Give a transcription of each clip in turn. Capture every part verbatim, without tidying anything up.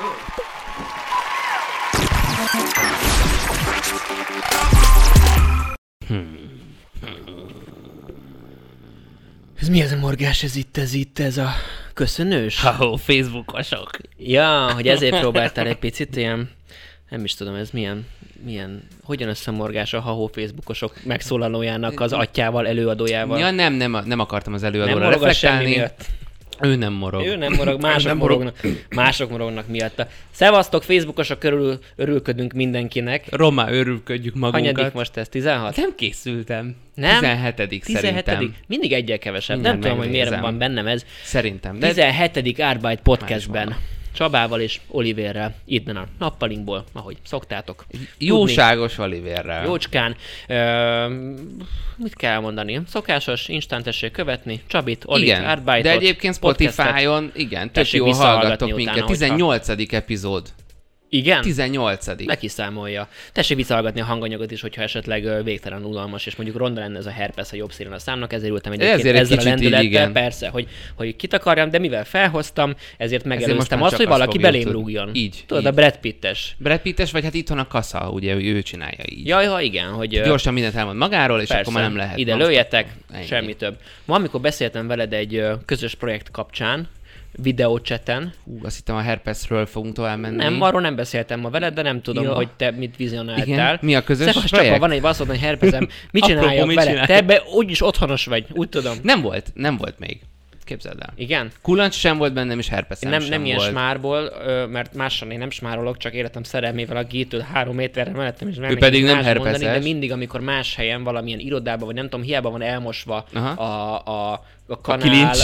Hmm. Ez mi ez a morgás? Ez itt, ez itt, ez a köszönős? Ha-ho, Facebookosok. Ja, hogy ezért próbáltál egy picit ilyen, nem is tudom, ez milyen, milyen, hogyan összemorgás a ha-ho Facebookosok megszólalójának az atyával, előadójával? Ja, nem, nem, nem akartam az előadóra reflektálni. Ő nem morog. Ő nem morog, mások nem morognak, mások morognak miatta. Szevasztok, Facebookosok, körül örülködünk mindenkinek. Romá, örülködjük magunkat. Hanyadik most ez? tizenhat? Nem készültem. Nem? tizenhetedik szerintem. Mindig egyel kevesebb. Minden nem tudom, hogy miért megnézem. van bennem ez. Szerintem. De tizenhetedik Arbeit podcastben. Csabával és Oliverrel. Itt a nappalinkból, ahogy szoktátok. Jóságos Oliverrel. Jócskán. Ö, mit kell mondani? Szokásos, instant tessék követni. Csabit, Olit, igen, Arbeitot. de egyébként Spotify-on, igen, tök jól hallgattok minket. Utána, tizennyolcadik epizód. Igen? tizennyolcadik Lekiszámolja. Tessék visszahallgatni a hanganyagot is, hogyha esetleg végtelen unalmas, és mondjuk ronda lenne ez a herpes a jobb szélén a számnak, ezért ültem egyébként ezért ezzel egy a lendülettel, lendülettel, persze, hogy, hogy kitakarjam, de mivel felhoztam, ezért megelőztem azt, hogy azt valaki fogja, belém rúgjon. Így. Tudod, így. a Brad Pittes. Brad Pittes, vagy hát itthon a kasza, ugye ő csinálja így. Jaj, ha igen, hogy... Gyorsan mindent elmond magáról, és persze, akkor már nem lehet. ide lőjetek, ennyi. semmi több. Ma, amikor beszéltem veled egy közös projekt kapcsán, videócseten. Ú, azt hittem a herpesről fogunk tovább menni. Nem, arról nem beszéltem ma veled, de nem tudom, jó. hogy te mit vizionáltál. Igen? Mi a közös Szevasz, projekt? csak van egy baszod, hogy herpesem, mit csináljak vele? Csinálj? Te ebbe úgyis otthonos vagy, úgy tudom. Nem volt, nem volt még. Képzeld el. Igen? Kulancs sem volt bennem, és herpeszem nem, sem nem ilyen volt. smárból, mert mással én nem smárolok, csak életem szerelmével, aki itt három méterre mellettem, és ő pedig nem herpeszes. Mondani, de mindig, amikor más helyen, valamilyen irodában, vagy nem tudom, hiába van elmosva a, a, a kanál. A kilincs.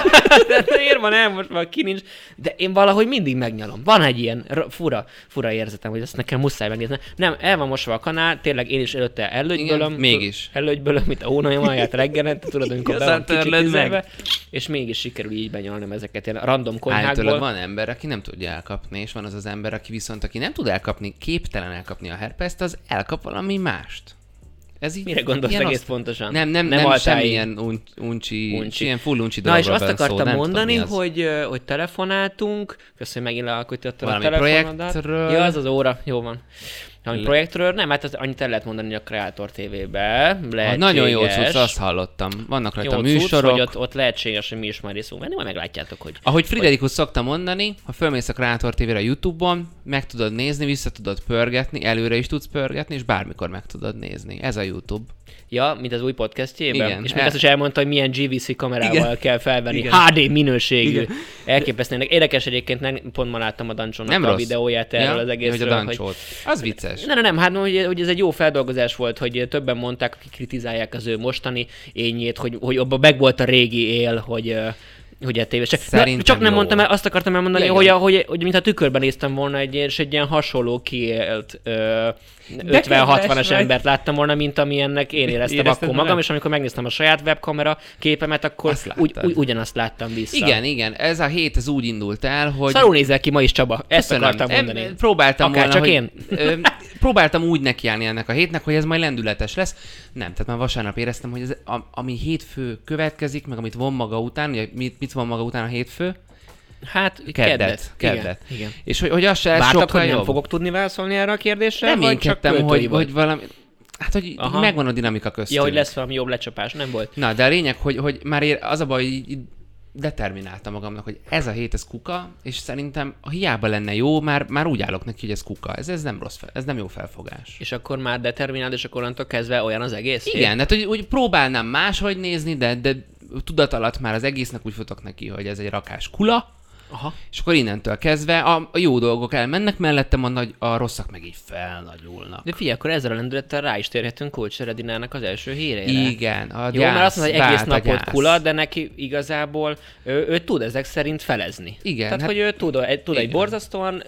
De miért van elmosva a kilincs? De én valahogy mindig megnyalom. Van egy ilyen fura, fura érzetem, hogy ezt nekem muszáj megnézni. Nem, el van mosva a kanál, tényleg én is előtte ellögybölöm. Mégis. Ellögybölöm, mint a hónajom alját reggelente, tudod, amikor be van kicsit meg. És mégis sikerül így benyalnom ezeket ilyen random konyhákból. Állítólag van ember, aki nem tudja elkapni, és van az az ember, aki viszont, aki nem tud elkapni, képtelen elkapni a herpeszt, az elkap valami mást. Ez így mire gondolsz egész azt... pontosan? Nem, nem, nem, nem semmilyen un, uncsi, uncsi, ilyen full uncsi dologról. Na és azt akartam szó, mondani, tudom, hogy, hogy telefonáltunk, köszönöm, megint lealkottam a telefonodat. Projektről. Ja, az az óra, jó van. Valami projektről, nem, hát az, annyit el lehet mondani a Kreator té vé-be, lehetséges. Nagyon jó cucc, azt hallottam. Vannak rajta jó műsorok. Cucc, hogy ott, ott lehetséges, hogy mi is majd részünk venni, majd meglátjátok, hogy... Ahogy Friderikus szokta mondani, ha fölmész a Kreator té vére a YouTube-on, meg tudod nézni, vissza tudod pörgetni, előre is tudsz pörgetni, és bármikor meg tudod nézni. Ez a YouTube. Ja, mint az új podcastjében. Igen, és még el... azt is elmondta, hogy milyen gé vé cé kamerával igen. kell felvenni. Igen. há dé minőségű. Elképesztően. Érdekes egyébként, nem, pont ma láttam a Dancsónak nem a rossz. videóját erről ja, az egészről. Hogy a Dancsót. Hogy... Az vicces. Nem, nem, nem, hát hogy, hogy ez egy jó feldolgozás volt, hogy többen mondták, akik kritizálják az ő mostani ényét, hogy, hogy abban meg volt a régi él, hogy... hogy tévés. Na, csak nem mondtam el, azt akartam elmondani, hogy, hogy, hogy mintha tükörben néztem volna egy, és egy ilyen hasonló kiélt ötven-hatvanas embert láttam volna, mint amilyennek én éreztem Érezted akkor magam, és amikor megnéztem a saját webkamera képemet, akkor ugy, ugy, ugyanazt láttam vissza. Igen, igen, ez a hét ez úgy indult el, hogy... Szarul nézel ki ma is, Csaba, ezt Köszönöm. akartam mondani. Em, próbáltam Akár volna, csak hogy, én. Ö, próbáltam úgy nekiállni ennek a hétnek, hogy ez majd lendületes lesz. Nem, tehát már vasárnap éreztem, hogy ez, a, ami hétfő következik, meg amit von maga után, ugye mit, mit von maga után a hétfő? Hát, keddet. keddet. Igen, igen. És hogy, hogy az se lesz Vártak, sokkal hogy jobb. nem fogok tudni válaszolni erre a kérdésre? Reménykedtem, hogy, hogy valami... Hát, hogy Aha. megvan a dinamika köztünk. Ja, hogy lesz valami jobb lecsapás, nem volt. Na, de a lényeg, hogy, hogy már ér, az a baj, hogy determináltam magamnak, hogy ez a hét, ez kuka, és szerintem ha hiába lenne jó, már, már úgy állok neki, hogy ez kuka. Ez, ez nem rossz, fel, ez nem jó felfogás. És akkor már determináld, és akkor onnantól kezdve olyan az egész? Igen, hát hogy úgy próbálnám máshogy nézni, de, de tudat alatt már az egésznek úgy futok neki, hogy ez egy rakás kula. Aha. És akkor innentől kezdve a, a jó dolgok elmennek, mellettem a, nagy, a rosszak meg így felnagyulnak. De figyelj, akkor ezzel a lendülettel rá is térhetünk Kulcs Redinának az első híreire. Igen, a Jó, gyász, mert azt mondja, hogy egész napot gyász. kula, de neki igazából ő, ő tud ezek szerint felezni. Igen. Tehát, hát, hogy ő tud, egy, tud egy borzasztóan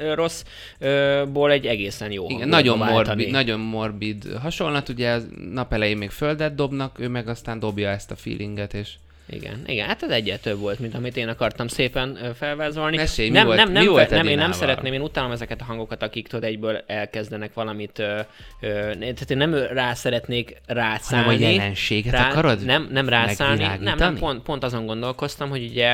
rosszból egy egészen jó igen, nagyon morbid, nagyon morbid hasonlat, ugye nap elején még földet dobnak, ő meg aztán dobja ezt a feelinget, és Igen, igen, hát ez egyel több volt, mint amit én akartam szépen felvázolni. Mesélj, mi nem, volt, nem, nem, mi volt nem, én nem Edinával? szeretném, én utálom ezeket a hangokat, akik tudod egyből elkezdenek valamit, ö, ö, tehát én nem rá szeretnék rászállni. Hanem a jelenséget rá, akarod Nem, nem rászállni, nem, nem pont, pont azon gondolkoztam, hogy ugye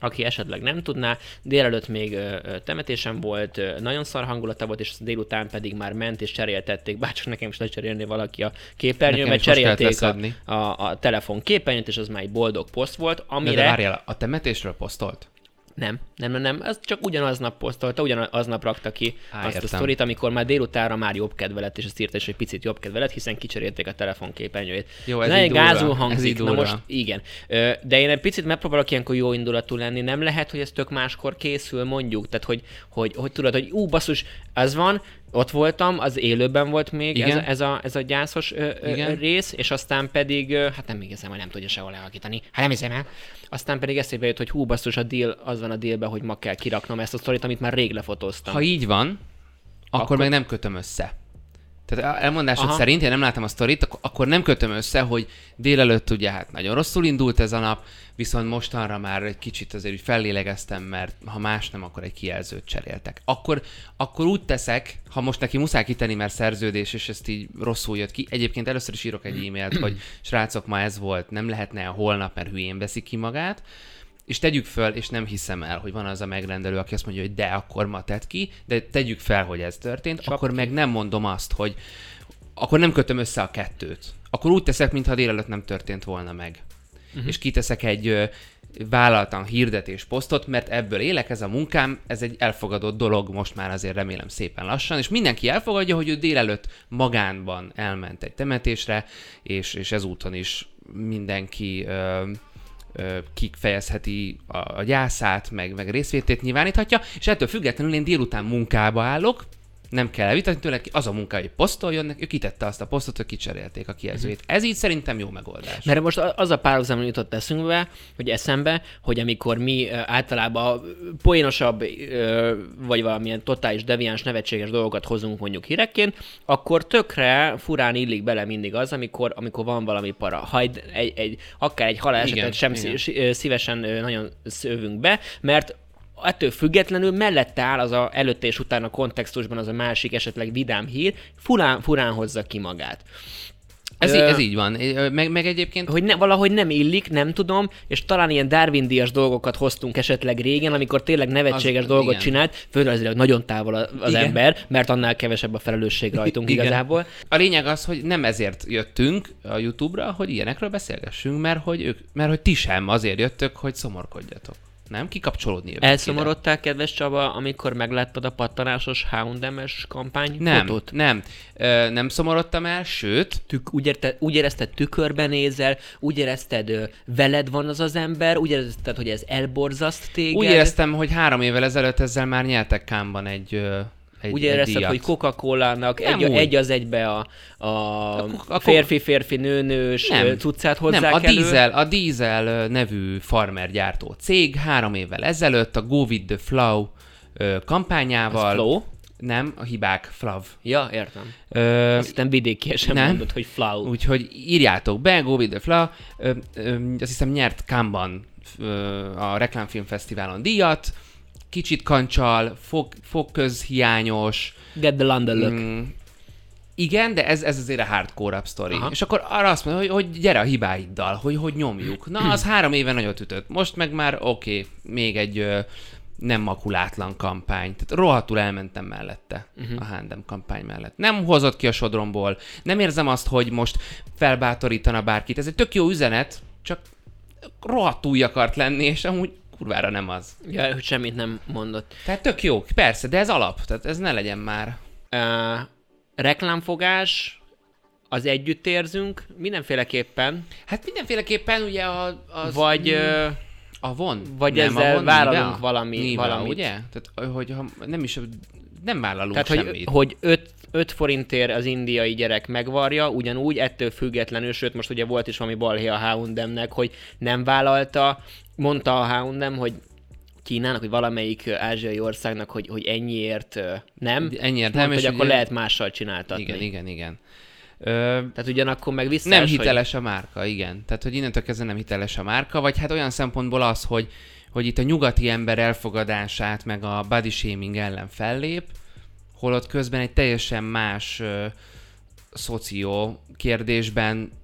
aki esetleg nem tudná, délelőtt még ö, temetésen volt, ö, nagyon szar hangulata volt, és délután pedig már ment és cseréltették, bárcsak nekem is lecserélni valaki a képernyőn, mert cserélték a, a, a telefon képernyőt, és az már egy boldog poszt volt, amire... De, de várjál, a temetésről posztolt? Nem, nem, nem, nem, ez csak ugyanaznap posztolta, ugyanaznap rakta ki Á, azt értem. a sztorit, amikor már délutánra már jobb kedve lett, és ezt írta is, hogy picit jobb kedve lett, hiszen kicserélték a telefonképernyőjét. Jó, ez Na, így gázul hangzik, na most igen. De én egy picit megpróbálok ilyenkor jó indulatú lenni, nem lehet, hogy ez tök máskor készül, mondjuk, tehát hogy, hogy, hogy tudod, hogy ú, basszus, az van, ott voltam, az élőben volt még ez a, ez, a, ez a gyászos ö, ö, rész, és aztán pedig, ö, hát nem hiszem, hogy nem tudja sehol lehalkítani, hát nem hiszem el. Aztán pedig eszébe jött, hogy hú, basszus, a deal, az van a dealben, hogy ma kell kiraknom ezt a sztorit, amit már rég lefotóztam. Ha így van, akkor, akkor meg nem kötöm össze. Tehát elmondásod Aha. szerint, én nem láttam a sztorit, akkor nem kötöm össze, hogy délelőtt ugye hát nagyon rosszul indult ez a nap, viszont mostanra már egy kicsit azért úgy fellélegeztem, mert ha más nem, akkor egy kijelzőt cseréltek. Akkor, akkor úgy teszek, ha most neki muszáj kitenni, mert szerződés, és ezt így rosszul jött ki. Egyébként először is írok egy e-mailt, hogy srácok, ma ez volt, nem lehetne holnap, mert hülyén veszik ki magát. És tegyük fel, és nem hiszem el, hogy van az a megrendelő, aki azt mondja, hogy de, akkor ma tedd ki, de tegyük fel, hogy ez történt, Csak akkor ki. meg nem mondom azt, hogy akkor nem kötöm össze a kettőt. Akkor úgy teszek, mintha délelőtt nem történt volna meg. Uh-huh. És kiteszek egy ö, vállaltan hirdetés posztot, mert ebből élek, ez a munkám, ez egy elfogadott dolog, most már azért remélem szépen lassan, és mindenki elfogadja, hogy ő délelőtt magánban elment egy temetésre, és, és ezúton is mindenki... Ö, kifejezheti a gyászát, meg, meg részvétét nyilváníthatja, és ettől függetlenül én délután munkába állok, nem kell elvitatni tőle, az a munka, hogy posztoljon, ő kitette azt a posztot, hogy kicserélték a kijelzőjét. Ez így szerintem jó megoldás. Mert most az a párhuzam jutott eszünkbe, hogy eszembe, hogy amikor mi általában poénosabb, vagy valamilyen totális deviáns, nevetséges dolgokat hozunk mondjuk hírekként, akkor tökre furán illik bele mindig az, amikor, amikor van valami para. Ha egy, egy, egy akár egy halálesetet sem igen. szívesen nagyon szövünk be, mert ettől függetlenül mellette áll az a előtte és utána kontextusban az a másik esetleg vidám hír, furán, furán hozza ki magát. Ez, Ö, így, ez így van. Meg, meg egyébként... Hogy ne, valahogy nem illik, nem tudom, és talán ilyen Darwin-díjas dolgokat hoztunk esetleg régen, amikor tényleg nevetséges az, dolgot igen. csinált, földrajzilag nagyon távol az igen. ember, mert annál kevesebb a felelősség rajtunk igazából. A lényeg az, hogy nem ezért jöttünk a YouTube-ra, hogy ilyenekről beszélgessünk, mert hogy, ők, mert hogy ti sem azért jöttök, hogy szomorkodjatok. Nem? Kikapcsolódni jövök. Elszomorodtál, kedves Csaba, amikor megláttad a pattanásos há és em-es kampány nem, fotót? Nem, Ö, nem szomorodtam el, sőt... Tük, úgy, érte, úgy érezted, tükörben nézel, úgy érezted, ö, veled van az az ember, úgy érezted, hogy ez elborzaszt téged? Úgy éreztem, hogy három évvel ezelőtt ezzel már nyertek Cannes-ban egy... Ö, Egy, úgy érezted, hogy Coca-Cola-nak egy, egy az egybe a, a, a férfi-férfi nőnős cuccát hozzák nem, a elő. Diesel, a Diesel nevű farmer gyártó cég három évvel ezelőtt a Go with the Flow kampányával... Az Flow? Nem, a hibák, Flav. Ja, értem. Ö, Azt hittem vidékiesen mondod, hogy Flow. Úgyhogy írjátok be, Go with the Flow. Ö, ö, azt hiszem nyert Cannes-ban a Reklámfilmfesztiválon díjat. Kicsit kancsal, fog, fogközhiányos. Get the London look. Mm, igen, de ez, ez azért a hardcore-up sztori. Aha. És akkor arra azt mondja, hogy, hogy gyere a hibáiddal, hogy, hogy nyomjuk. Na, az három éve nagyot ütött. Most meg már oké, okay, még egy ö, nem makulátlan kampány. Tehát rohadtul elmentem mellette, uh-huh. a há és em kampány mellett. Nem hozott ki a sodromból. Nem érzem azt, hogy most felbátorítana bárkit. Ez egy tök jó üzenet, csak rohadtul akart lenni, és amúgy kurvára nem az. Ja, hogy semmit nem mondott. Tehát tök jó, persze, de ez alap, tehát ez ne legyen már. Uh, reklámfogás, az együtt érzünk, mindenféleképpen. Hát mindenféleképpen ugye a, az... Vagy... Uh, a von. Vagy nem, ezzel von, vállalunk Nivea? valami, Nivea, valamit. Ugye? Tehát, hogy ha nem is... Nem vállalunk Tehát, semmit. hogy, hogy öt forintért az indiai gyerek megvarja, ugyanúgy ettől függetlenül, sőt most ugye volt is valami balhé a há és em-nek, hogy nem vállalta, mondta a há és em, hogy Kínának, hogy valamelyik ázsiai országnak, hogy, hogy ennyiért nem. Ennyiért nem, és hogy ugye... akkor lehet mással csináltatni. Igen, igen, igen. Ö, Tehát ugyanakkor meg visszás, Nem hiteles hogy... a márka, igen. Tehát, hogy innentől kezdve nem hiteles a márka, vagy hát olyan szempontból az, hogy, hogy itt a nyugati ember elfogadását, meg a body shaming ellen fellép, holott közben egy teljesen más ö, szoció kérdésben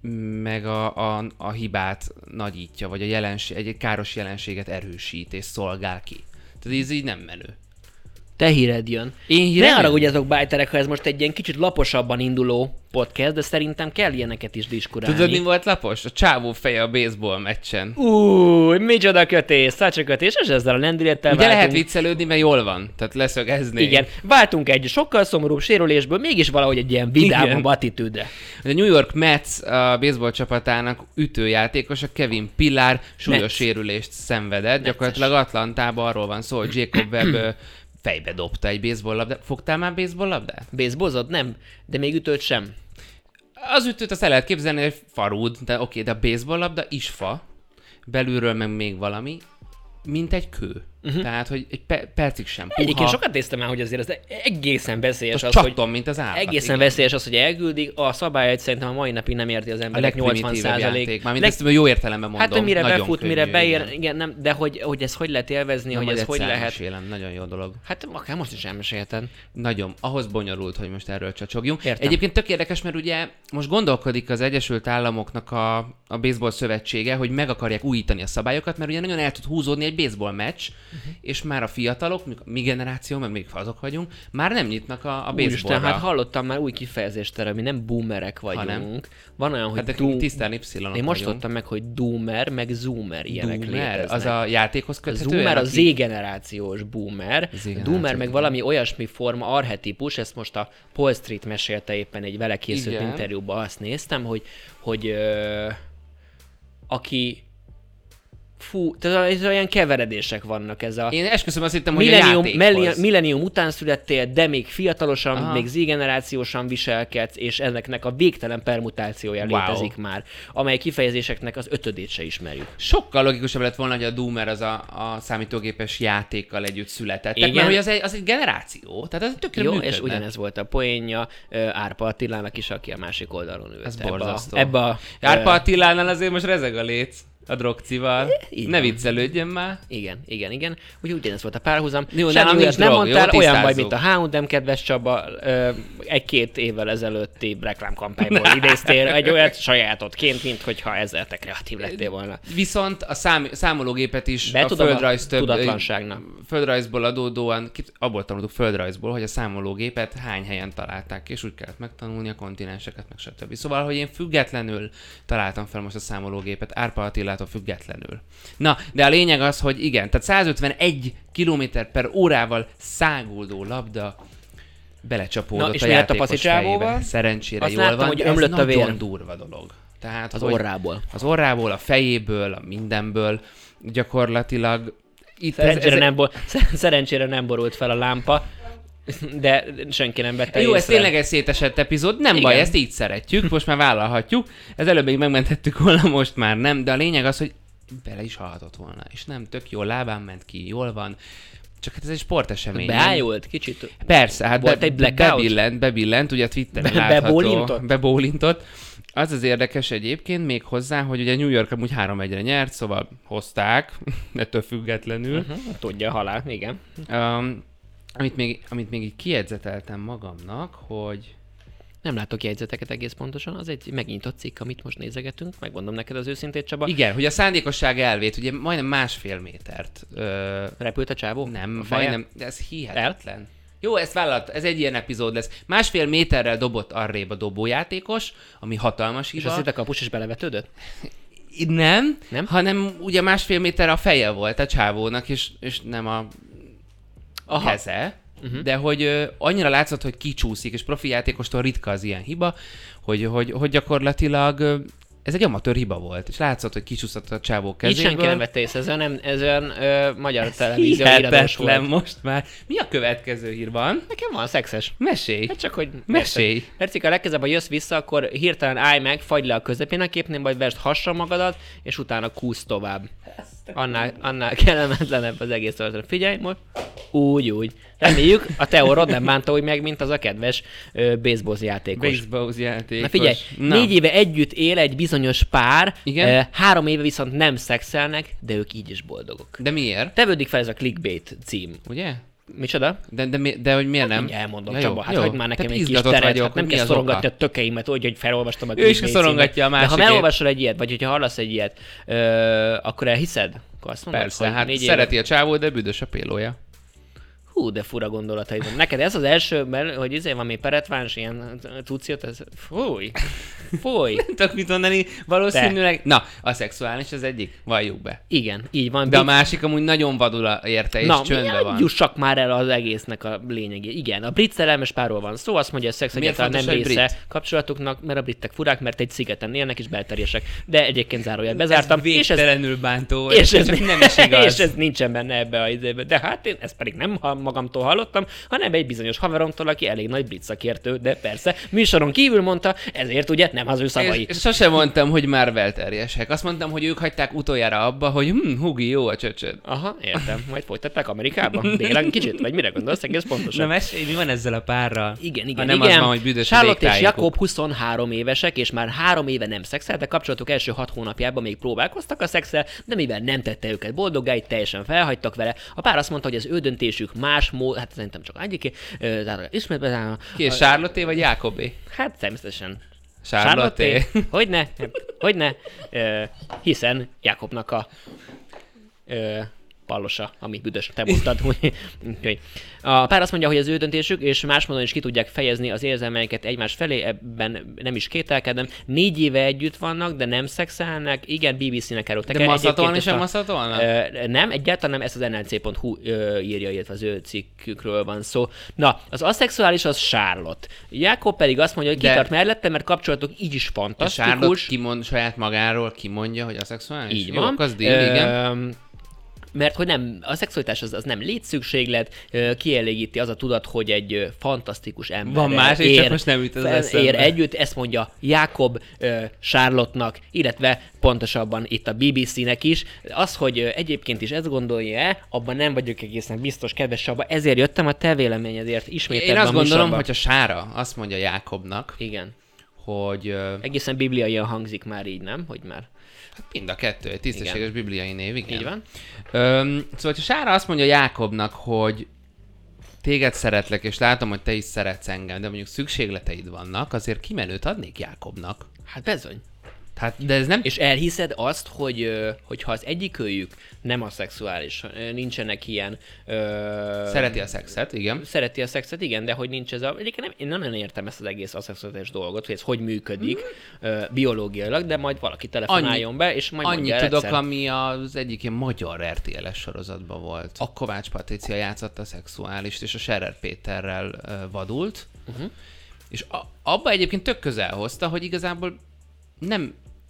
meg a, a, a hibát nagyítja, vagy a jelenség, egy káros jelenséget erősít és szolgál ki. Tehát ez így nem menő. Te híred jön. Én hírem Ne haragudjatok, bájterek, ha ez most egy ilyen kicsit laposabban induló podcast, de szerintem kell ilyeneket is diskurálni. Tudod, mi volt lapos? A csávó feje a baseball meccsen. Új, micsoda kötés, szácsakötés, és ezzel a lendülettel Ugye váltunk. lehet viccelődni, mert jól van, tehát leszögezni. Igen, váltunk egy sokkal szomorúbb sérülésből, mégis valahogy egy ilyen vidámabb attitűdre. A New York Mets a baseball csapatának ütőjátékos, a Kevin Pillar súlyos Mets. sérülést szenvedett. Metszes. Gyakorlatilag Atlantában arról van szó, hogy Jacob Webb fejbe dobta egy baseball labdát. Fogtál már baseball labdát? Baseballzott? Nem, de még ütőt sem. Az ütőt azt el lehet képzelni, hogy farúd, de oké, de a baseball labda is fa, belülről meg még valami, mint egy kő. Uh-huh. Tehát, hogy egy pe- percig sem puha. Egyébként sokat néztem már, hogy azért ez egészen veszélyes az, csattom, hogy... mint az állat. Egészen igen. veszélyes az, hogy elküldik. A szabályait szerintem a mai napig nem érti az emberek nyolcvan százalék. Mármint Leg... ezt jó értelemben mondom. Hát, hogy mire nagyon befut, könnyű, mire beér, igen. igen, nem, de hogy, hogy ezt hogy lehet élvezni, nem, hogy ez hogy lehet. Mesélem, nagyon jó dolog. Hát akár most is elmesélted. Nagyon. Ahhoz bonyolult, hogy most erről csacsogjunk. Értem. Egyébként tök érdekes, mert ugye most gondolkodik az Egyesült Államoknak a, a baseball szövetsége, hogy meg akarják újítani a szabályokat, mert ugye nagyon el tud húzódni egy baseball meccs, uh-huh. és már a fiatalok, mi generáció, mert még azok vagyunk, már nem nyitnak a, a baseballra. Úristen, hát hallottam már új kifejezést erre, mi nem boomerek vagyunk. Nem. Van olyan, hogy... Hát du... tisztán Y-ok Én most vagyunk. tudtam meg, hogy doomer, meg zoomer ilyenek Doomer? léteznek. Az a játékhoz köthető? A zoomer a aki... Z-generációs boomer. A doomer meg valami olyasmi forma, arhetipus, ezt most a Paul Street mesélte éppen egy vele készült Igen. interjúban, azt néztem, hogy, hogy ö, aki Fú, tehát ez olyan keveredések vannak ez a... Én esküszöm azt hittem, hogy a játékhoz. Millennium után születtél, de még fiatalosan, Aha. még Z-generációsan viselkedsz, és ennek a végtelen permutációja wow. létezik már, amely kifejezéseknek az ötödét se ismerjük. Sokkal logikusabb lett volna, hogy a Doomer az a, a számítógépes játékkal együtt született. Tehát, mert hogy az egy, az egy generáció, tehát ez tökre Jó, működne. És ugyanez volt a poénja Árpa Attilának is, aki a másik oldalon ült. Ez borzasztó. Ebbe a, Árpa Attilánál azért most rezeg a léc. A drogcival. Igen. Ne viccelődjön már. Igen, igen, igen. Úgyhogy ugyanez volt a párhuzam. Jó, nem, nincs nem drog, mondtál, jó, olyan vagy, mint a há és em kedves Csaba, egy-két évvel ezelőtti reklámkampányból idéztél egy olyat sajátodként, mint hogyha ezzel te kreatív lettél volna. Viszont a szám, számológépet is Be a földrajz több... tudatlanságnak. Földrajzból adódóan, abból tanultuk földrajzból, hogy a számológépet hány helyen találták, és úgy kellett megtanulni a kontinenseket, meg stb. Szóval, hogy én függetlenül találtam fel most a számológépet, Árpa Attilától függetlenül. Na, de a lényeg az, hogy igen, tehát százötvenegy kilométer per órával száguldó labda belecsapódott. Na, és a játékos fejébe. Szerencsére azt jól láttam, van, hogy ez ömlött a vér. nagyon durva dolog. Tehát, az orrából. Az orrából, a fejéből, a mindenből gyakorlatilag itt szerencsére, ez, ez nem, bo- szerencsére nem borult fel a lámpa, de senki nem vette Jó, észre. ez tényleg egy szétesett epizód, nem Igen. baj, ezt így szeretjük, most már vállalhatjuk. Ez előbb még megmentettük volna, most már nem, de a lényeg az, hogy bele is halhatott volna, és nem, tök jó, lábán ment ki, jól van. Csak hát ez egy sportesemény. Beájult kicsit? Persze, hát volt be, egy blackout? bebillent, bebillent, ugye Twitteren be, látható. Bebólintott? Bebólintott. Az az érdekes egyébként még hozzá, hogy ugye New York amúgy három egyre nyert, szóval hozták, ettől függetlenül. Uh-huh, tudja, halál, igen. Um, amit, még, amit még így kijegyzeteltem magamnak, hogy... Nem látok jegyzeteket egész pontosan, az egy megnyitott cikk, amit most nézegetünk, megmondom neked az őszintét, Csaba. Igen, hogy a szándékosság elvét, ugye majdnem másfél métert. Ö... Repült a csávó? Nem, a majdnem, de ez hihetetlen. El? Jó, ezt vállalt, ez egy ilyen epizód lesz. Másfél méterrel dobott arrébb a dobójátékos, ami hatalmas hiba. És azt itt a kapus is belevetődött? Nem, nem, hanem ugye másfél méter a feje volt a csávónak, és, és nem a Aha. keze. Uh-huh. De hogy ö, annyira látszott, hogy kicsúszik, és profi játékostól ritka az ilyen hiba, hogy, hogy, hogy gyakorlatilag ö, ez egy amatőr hiba volt, és látszott, hogy kicsúszott a csávó kezéből. Így senki nem vette észre, ez olyan, ez olyan ö, magyar televízió híradós volt. Most már. Mi a következő hír van? Nekem van szexes. Mesélj. Hát csak, hogy Mesélj. Percika, legközelebb, ha jössz vissza, akkor hirtelen állj meg, fagyj le a közepén a képnél, vagy vesd hasra magadat, és utána kúsz tovább. Annál, annál kellemetlenebb az egész történet. Figyelj, most úgy, úgy. Reméljük, a te orrod nem bánta úgy meg, mint az a kedves uh, baseball játékos. Baseball játékos. Na figyelj, Na. négy éve együtt él egy bizonyos pár, Igen? Uh, három éve viszont nem szexelnek, de ők így is boldogok. De miért? Tevődik fel ez a clickbait cím. Ugye? Micsoda? De, de, de, de hogy miért nem? Hát elmondom, ja, Csaba, hát hagyd már nekem egy kis teret, vagyok, hát nem kell szorongatni a tökeimet, úgy, hogy felolvastam a Ő is szorongatja a másikét. De ha elolvasol egy ilyet, vagy hogyha hallasz egy ilyet, ö, akkor elhiszed? Akkor azt mondod, persze, hát szereti éve... a csávó, de büdös a pélója. Hú, de fura gondolataid. Neked ez az első, mert, hogy izé van még peretváns, ilyen cucciot, ez... Fúj! Fúj! Nem tudok mit mondani, valószínűleg... De. Na, a szexuális az egyik, valljuk be. Igen, így van. De a másik amúgy nagyon vadul érte, és Na, csöndben van. Jussak már el az egésznek a lényegé. Igen, a brit szerelmes párról van szó, azt mondja, hogy a szex egyáltalán nem része brit? kapcsolatuknak, mert a britek furák, mert egy szigeten élnek és belterjesek. De egyébként záróját bezártam. Ez végtelenül bántó, és ez, ez nem is igaz. És ez nincsen benne ebbe a izébe. De hát én ezt pedig nem magamtól hallottam, hanem egy bizonyos haveromtól, aki elég nagy brit szakértő, de persze műsoron kívül mondta, ezért ugye nem az ő szavai. És sosem mondtam, hogy már belterjesek. Azt mondtam, hogy ők hagyták utoljára abba, hogy hm, Hugi, jó a csöcsöd. Aha, értem. Majd folytatták Amerikába? Délen kicsit? Vagy mire gondolsz egész pontosan? Na mesélj, mi van ezzel a párral? Igen, igen, nem igen. Az van, hogy büdös Charlotte és Jakob huszonhárom évesek, és már három éve nem szexeltek, kapcsolatuk első hat hónapjában még próbálkoztak a szexel, de mivel nem tette őket boldoggá, így teljesen felhagytak vele. A pár azt mondta, hogy az ő döntésük más mód, hát szerintem csak egyiké. Ismét Ki és Charlotte vagy Jakobé? Hát természetesen. Charlotte? Charlotte? Hogyne? Hogyne? Uh, hiszen Jakobnak a uh, pallosa, ami büdös, te mondtad. A pár azt mondja, hogy az ő döntésük, és más módon is ki tudják fejezni az érzelmeiket egymás felé, ebben nem is kételkedem. Négy éve együtt vannak, de nem szexelnek. Igen, bé bé cé-nek erről. De maszatolni sem maszatolnak? Uh, nem, egyáltalán nem, ezt az en el cé pont hú uh, írja, illetve az ő cikkükről van szó. Na, az aszexuális az Charlotte. Jakob pedig azt mondja, hogy de... kitart mellette, mert kapcsolatok így is fantasztikus. A Charlotte kimond saját magáról, kimondja, hogy aszexuális? Így van. Jó, az dél, igen. Mert hogy nem, a szexualitás az, az nem létszükséglet, kielégíti az a tudat, hogy egy fantasztikus ember van más, ér, és csak most nem jut az eszembe. Ér együtt, ezt mondja Jakob Charlotte-nak, illetve pontosabban itt a bé bé cé-nek is. Az, hogy egyébként is ezt gondolja-e, abban nem vagyok egészen biztos, kedves Saba, ezért jöttem a te véleményedért ismét. Én azt gondolom, hogy a Sára azt mondja Jakobnak, igen, hogy... egészen bibliaian hangzik már így, nem? Hogy már... Hát mind a kettő, egy tisztességes igen. bibliai név, igen. Így van. Öm, szóval, ha Sára azt mondja Jákobnak, hogy téged szeretlek, és látom, hogy te is szeretsz engem, de mondjuk szükségleteid vannak, azért kimenőt adnék Jákobnak. Hát bizony. Hát, de ez nem... És elhiszed azt, hogy hogyha az egyikőjük nem a szexuális, nincsenek ilyen... Ö... Szereti a szexet, igen. Szereti a szexet, igen, de hogy nincs ez a... Egyébként nem, én nem nagyon értem ezt az egész aszexuális dolgot, hogy ez hogy működik mm. ö, biológiailag, de majd valaki telefonáljon annyi, be, és majd annyi mondja tudok, egyszer. Ami az egyik ilyen magyar er té el-es sorozatban volt. A Kovács Patricia játszotta a szexuálist, és a Scherer Péterrel ö, vadult, uh-huh. és a, abba egyébként tök közel hozta, hogy igazából nem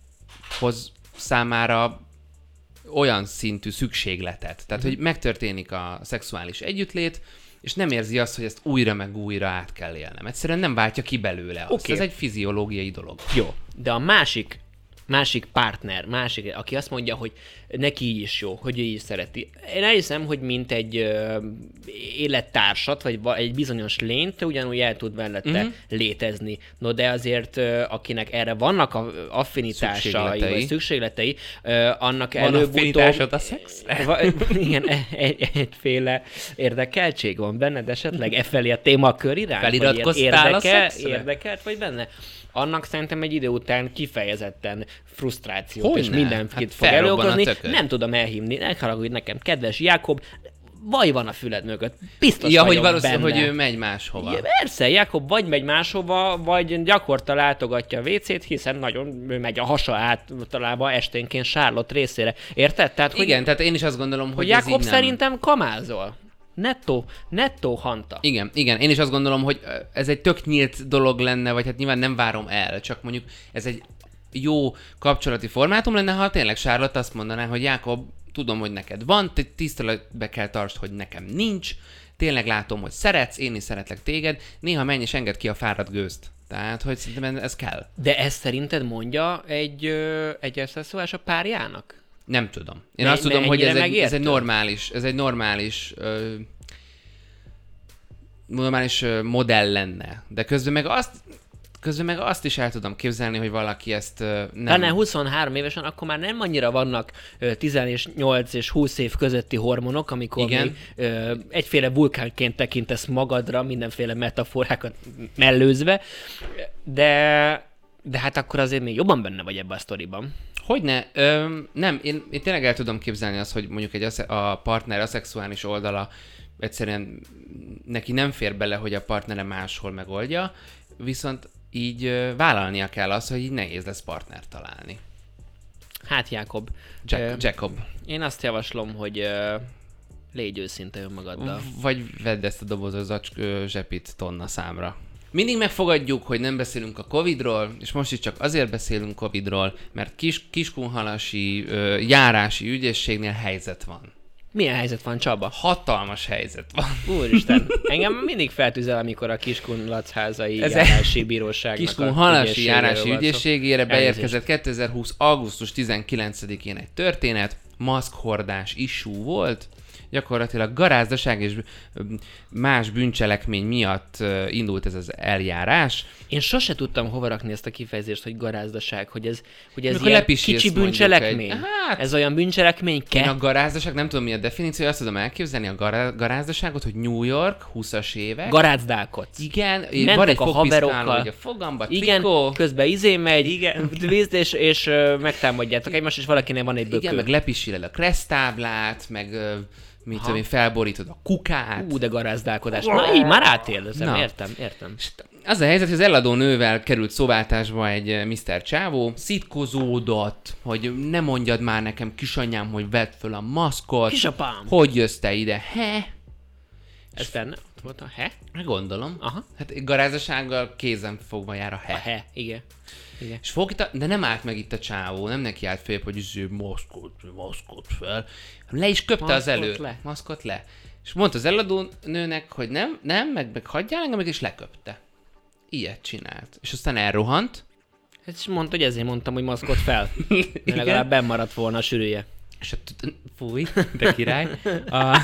hoz számára olyan szintű szükségletet. Tehát, uh-huh. hogy megtörténik a szexuális együttlét, és nem érzi azt, hogy ezt újra meg újra át kell élnem. Egyszerűen nem váltja ki belőle azt. Okay. Ez egy fiziológiai dolog. Jó, de a másik másik partner, másik, aki azt mondja, hogy neki így is jó, hogy ő is szereti. Én elhiszem, hogy mint egy ö, élettársat, vagy egy bizonyos lényt, ugyanúgy el tud mellette uh-huh. létezni. No, de azért, ö, akinek erre vannak a affinitásai, szükségletei. vagy szükségletei, ö, annak van előbb-utóbb... affinitásod a szexre? Igen, egy, egyféle érdekeltség van benned esetleg, e felé a témakör irány? Feliratkoztál a szexre? Érdekelt vagy benne? Annak szerintem egy idő után kifejezetten frusztrációt Hogyne? és mindenkit hát fog előokozni. Nem tudom elhívni, ne haragudj nekem, kedves Jakob, vaj van a füled mögött. Biztos ja, vagyok hogy valószínű, benne. hogy ő megy máshova. Ja, persze, Jakob vagy megy máshova, vagy gyakorta látogatja a vécét, hiszen nagyon megy a hasa általában esténként Charlotte részére. Érted? Tehát, igen, hogy, tehát én is azt gondolom, hogy, hogy ez Jakob így nem... szerintem kamázol. Nettó, nettó hanta. Igen, igen, én is azt gondolom, hogy ez egy tök nyílt dolog lenne, vagy hát nyilván nem várom el, csak mondjuk ez egy jó kapcsolati formátum lenne, ha tényleg Charlotte azt mondaná, hogy Jákob, tudom, hogy neked van, te tiszteletbe kell tartsd, hogy nekem nincs, tényleg látom, hogy szeretsz, én is szeretlek téged, néha menj és engedd ki a fáradt gőzt. Tehát, hogy szerintem ez kell. De ezt szerinted mondja egy, egy eszeszólás a párjának? Nem tudom. Én ne, azt tudom, hogy ez egy, ez egy normális, ez egy normális, ö, normális ö, modell lenne. De közben meg azt, Közben meg azt is el tudom képzelni, hogy valaki ezt uh, nem... Lenne huszonhárom évesen, akkor már nem annyira vannak uh, tizennyolc és húsz év közötti hormonok, amikor igen. még uh, egyféle vulkánként tekintesz magadra, mindenféle metaforákat mellőzve, de, de hát akkor azért még jobban benne vagy ebben a sztoriban. Hogyne? Ö, nem, én, én tényleg el tudom képzelni azt, hogy mondjuk egy asze- a partner aszexuális oldala egyszerűen neki nem fér bele, hogy a partnere máshol megoldja, viszont így ö, vállalnia kell azt, hogy így nehéz lesz partnert találni. Hát Jákob. Jack, ö, Jacob. Én azt javaslom, hogy ö, légy őszinte önmagaddal. Vagy vedd ezt a dobozos zacsk ö, zsepit tonna számra. Mindig megfogadjuk, hogy nem beszélünk a Covidról, és most is csak azért beszélünk Covidról, mert kis, Kiskunhalasi ö, járási ügyészségnél helyzet van. Milyen helyzet van, Csaba? Hatalmas helyzet van. Úristen, engem mindig feltűzel, amikor a Kiskunlacházai járási bíróságnak Kiskunhalasi járási ügyészségére beérkezett kétezer-húsz. augusztus tizenkilencedikén egy történet, maszkhordás issue volt, gyakorlatilag garázdaság és más bűncselekmény miatt indult ez az eljárás. Én sose tudtam hova rakni ezt a kifejezést, hogy garázdaság, hogy ez, hogy ez Mikor ilyen lepisílsz kicsi bűncselekmény. Egy, hát, ez olyan bűncselekményke. Én a garázdaság, nem tudom mi a definíció, azt tudom elképzelni a gar- garázdaságot, hogy New York, húszas évek. Garázdálkodsz. Igen, mentek van egy a haverokkal, hogy a fogamba, igen, trikó. közben izé megy, igen, víz, és, és uh, megtámadjátok egymást, és valakinek van egy bökő. Igen, meg lepisil a kresztáblát, meg uh, mit tudom én, felborítod a kukát. Ú, de garázdálkodás. Na így már átérdezem, Na. értem, értem. Az a helyzet, hogy az eladó nővel került szóváltásba egy miszter Csávó, szitkozódott, hogy ne mondjad már nekem, kisanyám, hogy vedd föl a maszkot. Kisapám. Hogy jössz te ide? He? Ez benne volt a he? Gondolom. Aha. Hát garázdasággal kézen fogva jár a he. A he, igen. igen. És fogta, de nem állt meg itt a csávó, nem neki állt föl, hogy ző, maszkot, maszkot fel. Le is köpte maszkot az elő. Le. Maszkot le. És mondta az eladó nőnek, hogy nem, nem, meg, meg hagyjál engem, meg is leköpte. Ilyet csinált. És aztán elrohant. Hát is mondta, hogy ezért mondtam, hogy maszkot fel. De legalább benn maradt volna a sűrűje. És a t- fúj, de király. A...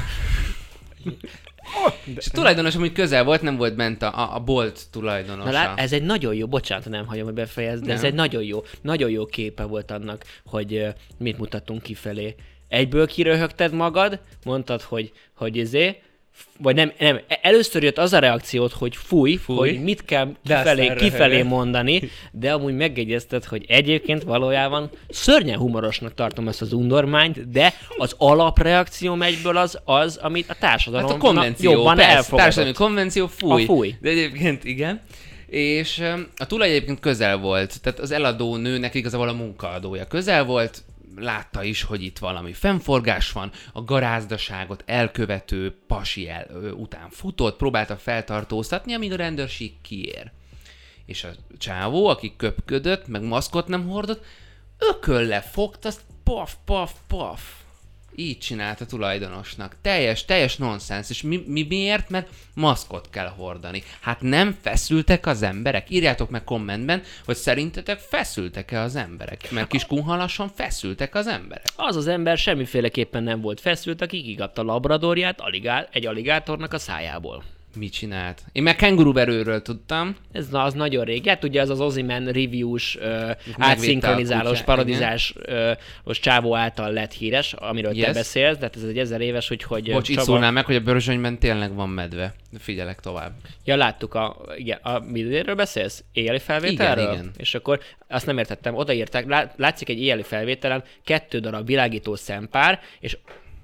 És a tulajdonos amúgy közel volt, nem volt bent a, a bolt tulajdonosa. Na lát, ez egy nagyon jó, bocsánat, nem hagyom, hogy befejezd, de nem. Ez egy nagyon jó, nagyon jó képe volt annak, hogy uh, mit mutattunk kifelé. Egyből kiröhögted magad, mondtad, hogy, hogy izé, vagy nem, nem, először jött az a reakciót, hogy fúj, fúj. Hogy mit kell kifelé, kifelé mondani, de amúgy megjegyezted, hogy egyébként valójában szörnyen humorosnak tartom ezt az undormányt, de az alapreakció egyből az, az amit a társadalom hát a konvenció, jobban persze, elfogadott. Társadalmi konvenció, fúj. A fúj. De egyébként igen. És um, a tulaj egyébként közel volt, tehát az eladó nőnek igazából a munkaadója közel volt, látta is, hogy itt valami fennforgás van, a garázdaságot elkövető pasi el, ö, után futott, próbálta feltartóztatni, amíg a rendőrség kiér. És a csávó, aki köpködött, meg maszkot nem hordott, ökölle fogta, azt paf, paf, paf. Így csinált a tulajdonosnak. Teljes, teljes nonsens. És mi, mi miért? Mert maszkot kell hordani. Hát nem feszültek az emberek? Írjátok meg kommentben, hogy szerintetek feszültek-e az emberek? Mert Kiskunhalason feszültek az emberek. Az az ember semmiféleképpen nem volt feszült, aki kikapta labradorját aligá- egy aligátornak a szájából. Mit csinált? Én meg kenguruverőről tudtam. Ez na, az nagyon régi. Hát ugye az az Ozyman reviews, uh, átszinkronizálós, parodizás uh, csávó által lett híres, amiről yes. te beszélsz, de hát ez egy ezer éves, úgyhogy... Bocs, Csaba... itt szólnám meg, hogy a Börzsönyben tényleg van medve. De figyelek tovább. Ja, láttuk, a, igen, a miről beszélsz? Éjjeli felvételről? Igen, igen. És akkor azt nem értettem, odaírták, látszik egy éjjeli felvételen kettő darab világító szempár, és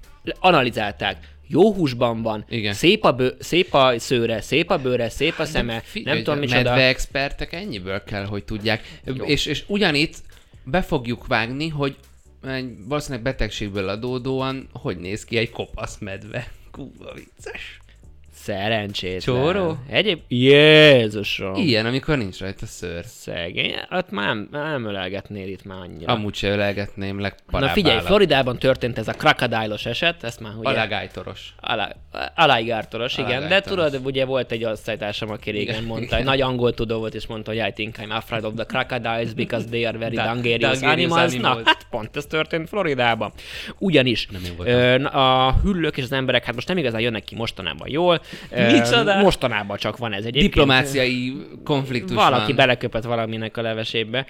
analizálták. Jó húsban van, igen. Szép, a bő, szép a szőre, szép a bőre, szép a szeme, fi- nem tudom micsoda. Medve expertek ennyiből kell, hogy tudják. És, és ugyanitt be fogjuk vágni, hogy valószínűleg betegségből adódóan hogy néz ki egy kopasz medve. Kurva vicces. Szerencsét. Csóró? Egyéb... Jézusom. Ilyen, amikor nincs rajta szőr. Szegény. Hát már nem ölelgetnél itt már annyira. Amúgy se ölelgetném, legparább. Na figyelj, Floridában történt ez a crocodile-os eset, ezt már ugye... Alagájtoros. Alájgártoros, igen. De tudod, ugye volt egy osztálytársam, aki régen igen, mondta, egy nagy angol tudó volt, és mondta, hogy I think I'm afraid of the crocodiles because they are very dangerous animals. Na, hát pont ez történt Floridában. Ugyanis ö, a hüllők és az emberek, hát most nem igazán jönnek ki mostanában jól, Micsoda? Mostanában csak van ez egyébként. Diplomáciai konfliktus Valaki van. beleköpött valaminek a levesébe.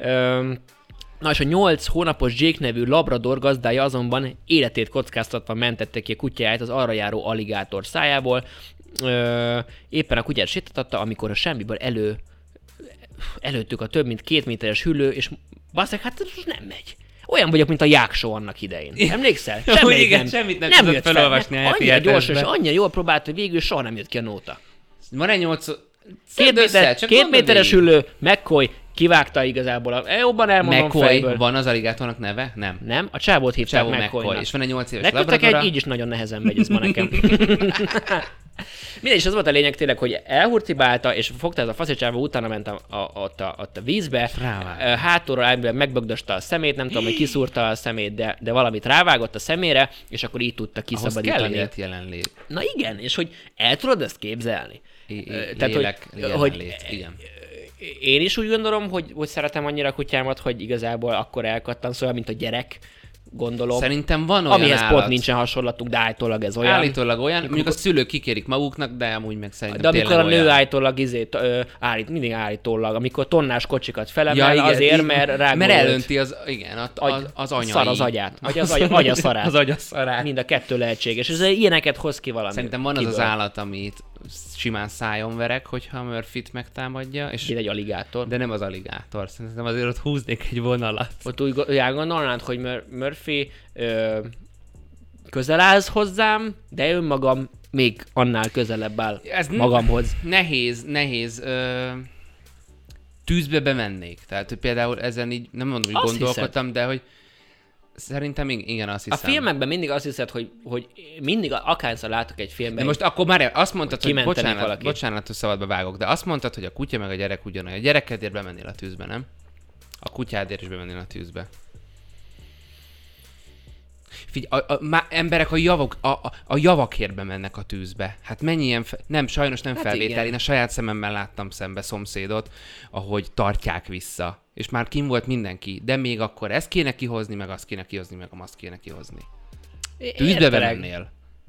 Na és a nyolc hónapos Jake nevű labrador gazdája azonban életét kockáztatva mentette ki a kutyáját az arra járó aligátor szájából. Ö, éppen a kutyát sétáltatta, amikor a semmiből elő, előttük a több mint két méteres hüllő, és basszeg, hát ez most nem megy. Olyan vagyok, mint a Jáksó annak idején. Emlékszel? Semmit igen, nem, semmit nem, nem tudott felolvasni a annyira gyors, és annyira jól próbált, hogy végül soha nem jött ki a nóta. Van egy nyolc... Két, méter, két méteres hüllő, McCoy kivágta igazából. A, jobban elmondom McCoy, fejből. Van az aligátornak neve? Nem. Nem, a csávót hívták Csávó McCoy-nak. És van egy nyolc éves labradora. labradora. Egy, így is nagyon nehezen megy ez ma nekem. Mindegy, és az volt a lényeg tényleg, hogy elhurcibálta, és fogta ez a faszicsávó, utána ment a, a, ott, a, ott a vízbe, Rávág. hátulról megbögdöste a szemét, nem tudom, hogy kiszúrta a szemét, de, de valamit rávágott a szemére, és akkor így tudta kiszabadítani. Ahhoz kell élet jelenlét. Na igen, és hogy el tudod ezt képzelni? É- é- Tehát, lélek, hogy, jelenlét, hogy igen. Én is úgy gondolom, hogy, hogy szeretem annyira a kutyámat, hogy igazából akkor elkattan, szóval, mint a gyerek, gondolom. Szerintem van olyan Amihez állat. pont nincsen hasonlatunk, de állítólag ez olyan. Állítólag olyan, mondjuk a szülők kikérik maguknak, de amúgy meg szerintem De amikor a nő olyan. állítólag izét, ö, állít, mindig állítólag, amikor tonnás kocsikat felemel, Ja, igen, azért, igen, mert rágolódott. Mert elönti az, igen, az, az, az anyai. Szar az agyát. Vagy az agy, agyaszarát. az agyaszarát. Mind a kettő lehetséges. És ez ilyeneket hoz ki valami. Szerintem van kiből. az az állat, amit simán szájon verek, hogyha Murphyt megtámadja. És Mint egy aligátor. de nem az aligátor. Szerintem azért ott húznék egy vonalat. Ott úgy elgondolnád, hogy Mur- Murphy ö, közel állsz hozzám, de önmagam még annál közelebb áll Ez magamhoz. Nehéz, nehéz. Ö, tűzbe bemennék. Tehát, hogy például ezen így, nem mondom, hogy Azt gondolkodtam, hiszed. De hogy szerintem igen, azt hiszem. A filmekben mindig azt hiszed, hogy, hogy mindig akárszor látok egy filmben. De most akkor már azt mondtad, hogy bocsánat, valakit. bocsánat, hogy szabadba vágok, de azt mondtad, hogy a kutya meg a gyerek ugyanolyan. A gyerekedért bemennél a tűzbe, nem? A kutyádért is bemennél a tűzbe. Figyelj, a, a, má, emberek a, javak, a, a, a javakért bemennek a tűzbe. Hát mennyi ilyen, fe, nem, sajnos nem Hát felvétel. igen. Én a saját szememmel láttam szembe szomszédot, ahogy tartják vissza. És már kim volt mindenki, de még akkor ezt kéne kihozni, meg azt kéne kihozni, meg azt kéne kihozni. Tűzbe bemennél.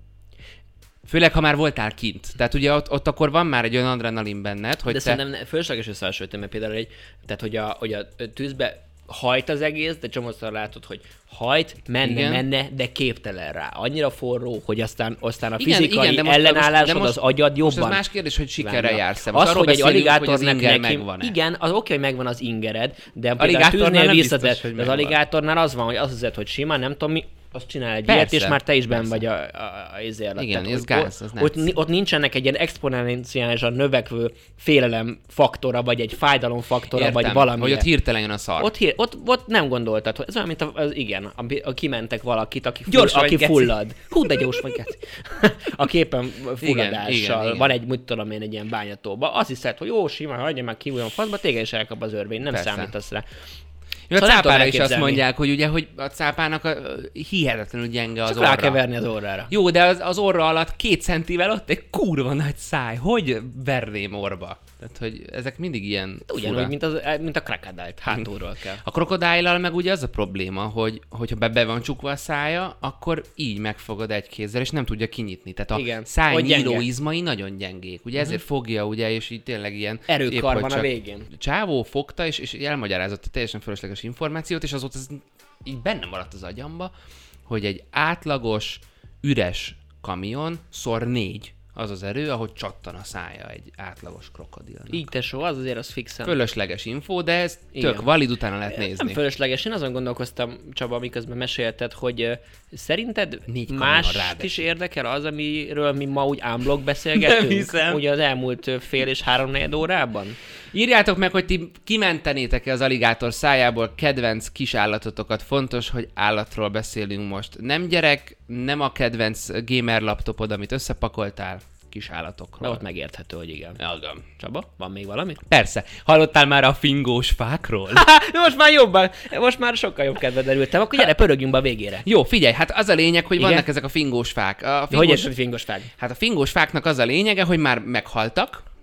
Főleg, ha már voltál kint. Tehát ugye ott, ott akkor van már egy olyan adrenalin benned, hogy de te... szerintem fölösleges összehasonlítani, mert például egy, tehát hogy a, hogy a tűzbe hajt az egész, de csomószor látod, hogy hajt, menne, Igen. menne, de képtelen rá. Annyira forró, hogy aztán, aztán a Igen, fizikai igen, de most- ellenállásod, de most- az agyad Most jobban. az más kérdés, hogy sikerre kívánja. jársz. Az, hogy egy aligátornak hogy az neki, megvan-e. igen, az oké, hogy megvan az ingered, de például a Aligátornál tűznél nem visszatett, biztos, hogy de az megvan. aligátornál az van, hogy azt hiszed, hogy simán, nem tudom mi, azt csinál egy Persze, ilyet, és már te is benn persze. vagy a, a, a izé alatt. Igen, Tehát, ez hogy gáz, az ott, nem. ott, ott nincsenek egy ilyen exponenciálisan növekvő félelem faktora, vagy egy fájdalom faktora, Értem, vagy valami. hogy ott hirtelen jön a szar. Ott, hír, ott, ott nem gondoltad, hogy ez olyan, mint a, az, igen, a, a kimentek valakit, aki, full, Gyors vagy, aki geci. fullad. Hú, de gyors vagy, geci. Aki éppen fulladással igen, igen. van egy, mit tudom én, egy ilyen bányatóba. Azt hiszed, hogy jó, simán, hagyja meg kívüljon faszba, téged is elkap az örvény, nem Persze. számítasz rá. Jó, a Szóval nem tudom cápára is azt elképzelni. mondják, hogy ugye, hogy a cápának a, hihetetlenül gyenge az Csak orra. rá kell verni az orrára. Jó, de az, az orra alatt két centivel ott egy kurva nagy száj. Hogy verném orba? Tehát, hogy ezek mindig ilyen Ugyanúgy, fura. mint, az, mint a crocodile-t, hátulról kell. A krokodállal meg ugye az a probléma, hogy hogyha be, be van csukva a szája, akkor így megfogod egy kézzel, és nem tudja kinyitni. Tehát a Igen, száj hogy nyíló gyenge. izmai nagyon gyengék. Ugye ezért fogja, ugye, és így tényleg ilyen... épp, Erőkar hogy van a csak végén. Csávó fogta, és, és elmagyarázott egy teljesen fölösleges információt, és azóta ez így benne maradt az agyamba, hogy egy átlagos, üres kamion szor négy az az erő, ahogy csattan a szája egy átlagos krokodilnak. Így tesó, az azért az fixen. Fölösleges info, de ez Igen. tök valid, utána lehet nézni. Nem fölösleges, én azon gondolkoztam, Csaba, miközben mesélted, hogy uh, szerinted Négy kamion más rád is esik. érdekel az, amiről mi ma úgy unblock beszélgettünk? Nem hiszem. Ugye az elmúlt ö, fél és három-negyed órában? Írjátok meg, hogy ti kimentenétek-e az aligátor szájából kedvenc kisállatotokat. Fontos, hogy állatról beszélünk most. Nem gyerek, nem a kedvenc gamer laptopod, amit összepakoltál, kis De állatokról. ott megérthető, hogy igen. Elgöm. Csaba, van még valami? Persze. Hallottál már a fingós fákról? Ha, most már jobban, most már sokkal jobb kedve derültem. Akkor gyere, pörögjünk be a végére. Jó, figyelj, hát az a lényeg, hogy Igen? vannak ezek a fingós fák. A Hogy fingós... érted, fingos fág? Hát a fingós fáknak az a lényege, hogy már meghaltak,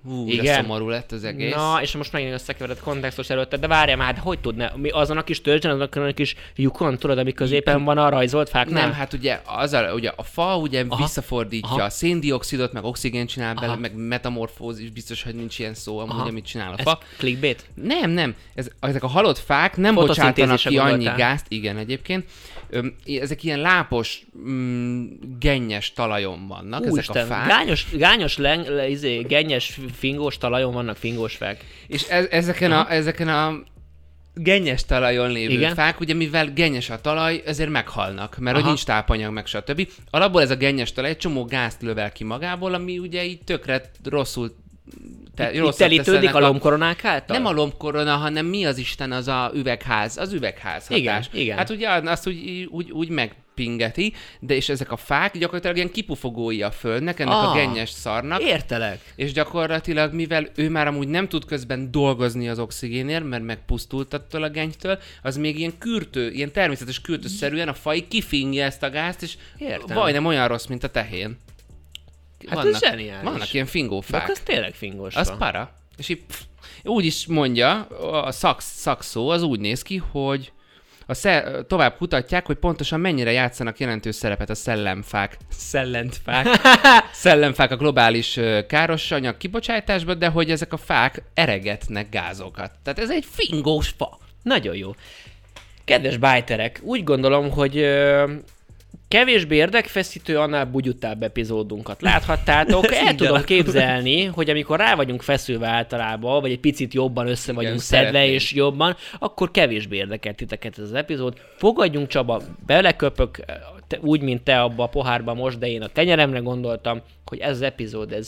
Hú, de szomorú lett az egész. Na, és most megint összekeveredett kontextus előtte, de várjál már, hát hogy tudna? Mi azon a kis törzsen, azon a kis lyukon, tudod, ami középen van a rajzolt fáknál? Nem, hát ugye, az a, ugye a fa ugye Aha. visszafordítja Aha. a széndioxidot, meg oxigént csinál bele, meg metamorfózis, biztos, hogy nincs ilyen szó, amúgy, amit csinál a fa. Ez clickbait? Nem, nem. Ez, ezek a halott fák nem bocsátanak ki annyi gázt, igen egyébként. Ezek ilyen lápos, mm, gennyes talajon vannak, Úristen, ezek a fák. Gányos, gányos len, le, izé, gennyes, fingós talajon vannak fingós fák. És ez, ezeken, a, ezeken a gennyes talajon lévő Igen? fák, ugye mivel gennyes a talaj, ezért meghalnak, mert hogy nincs tápanyag, meg stb. Alapból ez a gennyes talaj egy csomó gázt lövel ki magából, ami ugye így tökre rosszul Te, itt telítődik a lombkoronák által? Nem a lombkorona, hanem mi az Isten az a üvegház, az üvegház hatás. Igen, igen. Hát ugye azt úgy, úgy, úgy megpingeti, de és ezek a fák gyakorlatilag ilyen kipufogói a földnek, ennek ah, a gennyes szarnak. Értelek. És gyakorlatilag, mivel ő már amúgy nem tud közben dolgozni az oxigénért, mert megpusztult attól a gennytől, az még ilyen kürtő, ilyen természetes kürtőszerűen a faj kifingja ezt a gázt, és majdnem olyan rossz, mint a tehén. Hát vannak, ez zseniális. Vannak ilyen fingófák. De az tényleg fingós. Az para. És így pff, úgy is mondja, a szaksz, szakszó az úgy néz ki, hogy a sze- tovább kutatják, hogy pontosan mennyire játszanak jelentős szerepet a szellemfák. Szellentfák. Szellemfák a globális káros anyag kibocsátásban, de hogy ezek a fák eregetnek gázokat. Tehát ez egy fingós fa. Nagyon jó. Kedves bájterek, úgy gondolom, hogy... Ö- kevésbé érdekfeszítő, annál bugyutább epizódunkat láthattátok. El tudom képzelni, hogy amikor rá vagyunk feszülve általában, vagy egy picit jobban össze Igen, vagyunk szedve szeretném. és jobban, akkor kevésbé érdekelt titeket ez az epizód. Fogadjunk, Csaba, beleköpök, te, úgy, mint te abba a pohárba most, de én a tenyeremre gondoltam, hogy ez az epizód, ez,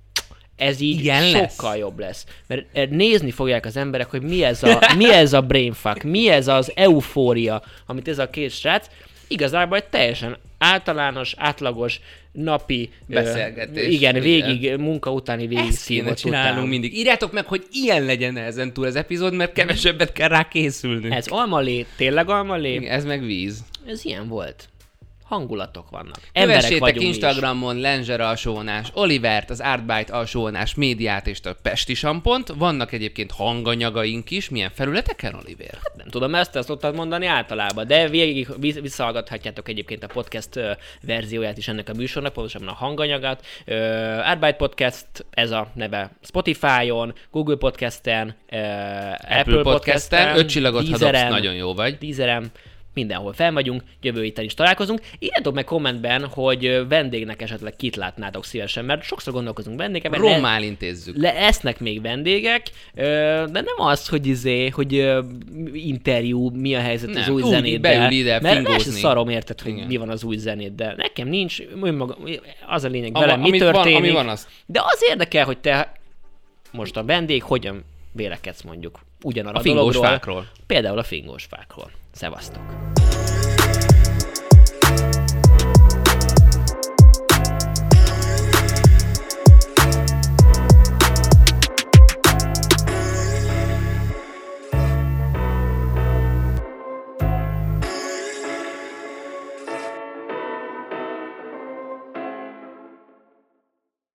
ez így Igen sokkal lesz. jobb lesz. Mert nézni fogják az emberek, hogy mi ez a, mi ez a brainfuck, mi ez az eufória, amit ez a két srác, igazából egy teljesen általános, átlagos napi beszélgetés. Uh, igen, végig, igen. munka utáni végig szívott csinálunk mindig. Írjátok meg, hogy ilyen legyen ezen túl az epizód, mert kevesebbet kell rá készülnünk. Ez almalé, tényleg almalé. Igen, ez meg víz. Ez ilyen volt. Hangulatok vannak. Kövessétek Instagramon Lenzser alsóvonás Olivert, az Artbyte alsóvonás médiát és a Pesti Sampont. Vannak egyébként hanganyagaink is. Milyen felületeken, Oliver? Hát nem tudom, ezt ezt szoktad mondani általában, de végig visszahallgathatjátok egyébként a podcast verzióját is ennek a műsornak, pontosabban a hanganyagát. Artbyte Podcast, ez a neve Spotify-on, Google Podcasten, Apple, Apple Podcasten, öt csillagot hadobsz, nagyon jó vagy. Tízerem. Mindenhol fel vagyunk, jövő héten is találkozunk. Írjátok meg kommentben, hogy vendégnek esetleg kit látnátok szívesen, mert sokszor gondolkozunk vendégekben. Rommál intézzük. Lesznek még vendégek, de nem az, hogy izé, hogy interjú, mi a helyzet nem, az új zenéddel. Ide, mert lesz szarom, érted, hogy Igen. mi van az új zenéddel. Nekem nincs, az a lényeg, velem mi történik. Van, ami van az. De az érdekel, hogy te most a vendég hogyan vélekedsz mondjuk ugyanarra a fingós fákról. Például a fingós fákról. Szevasztok!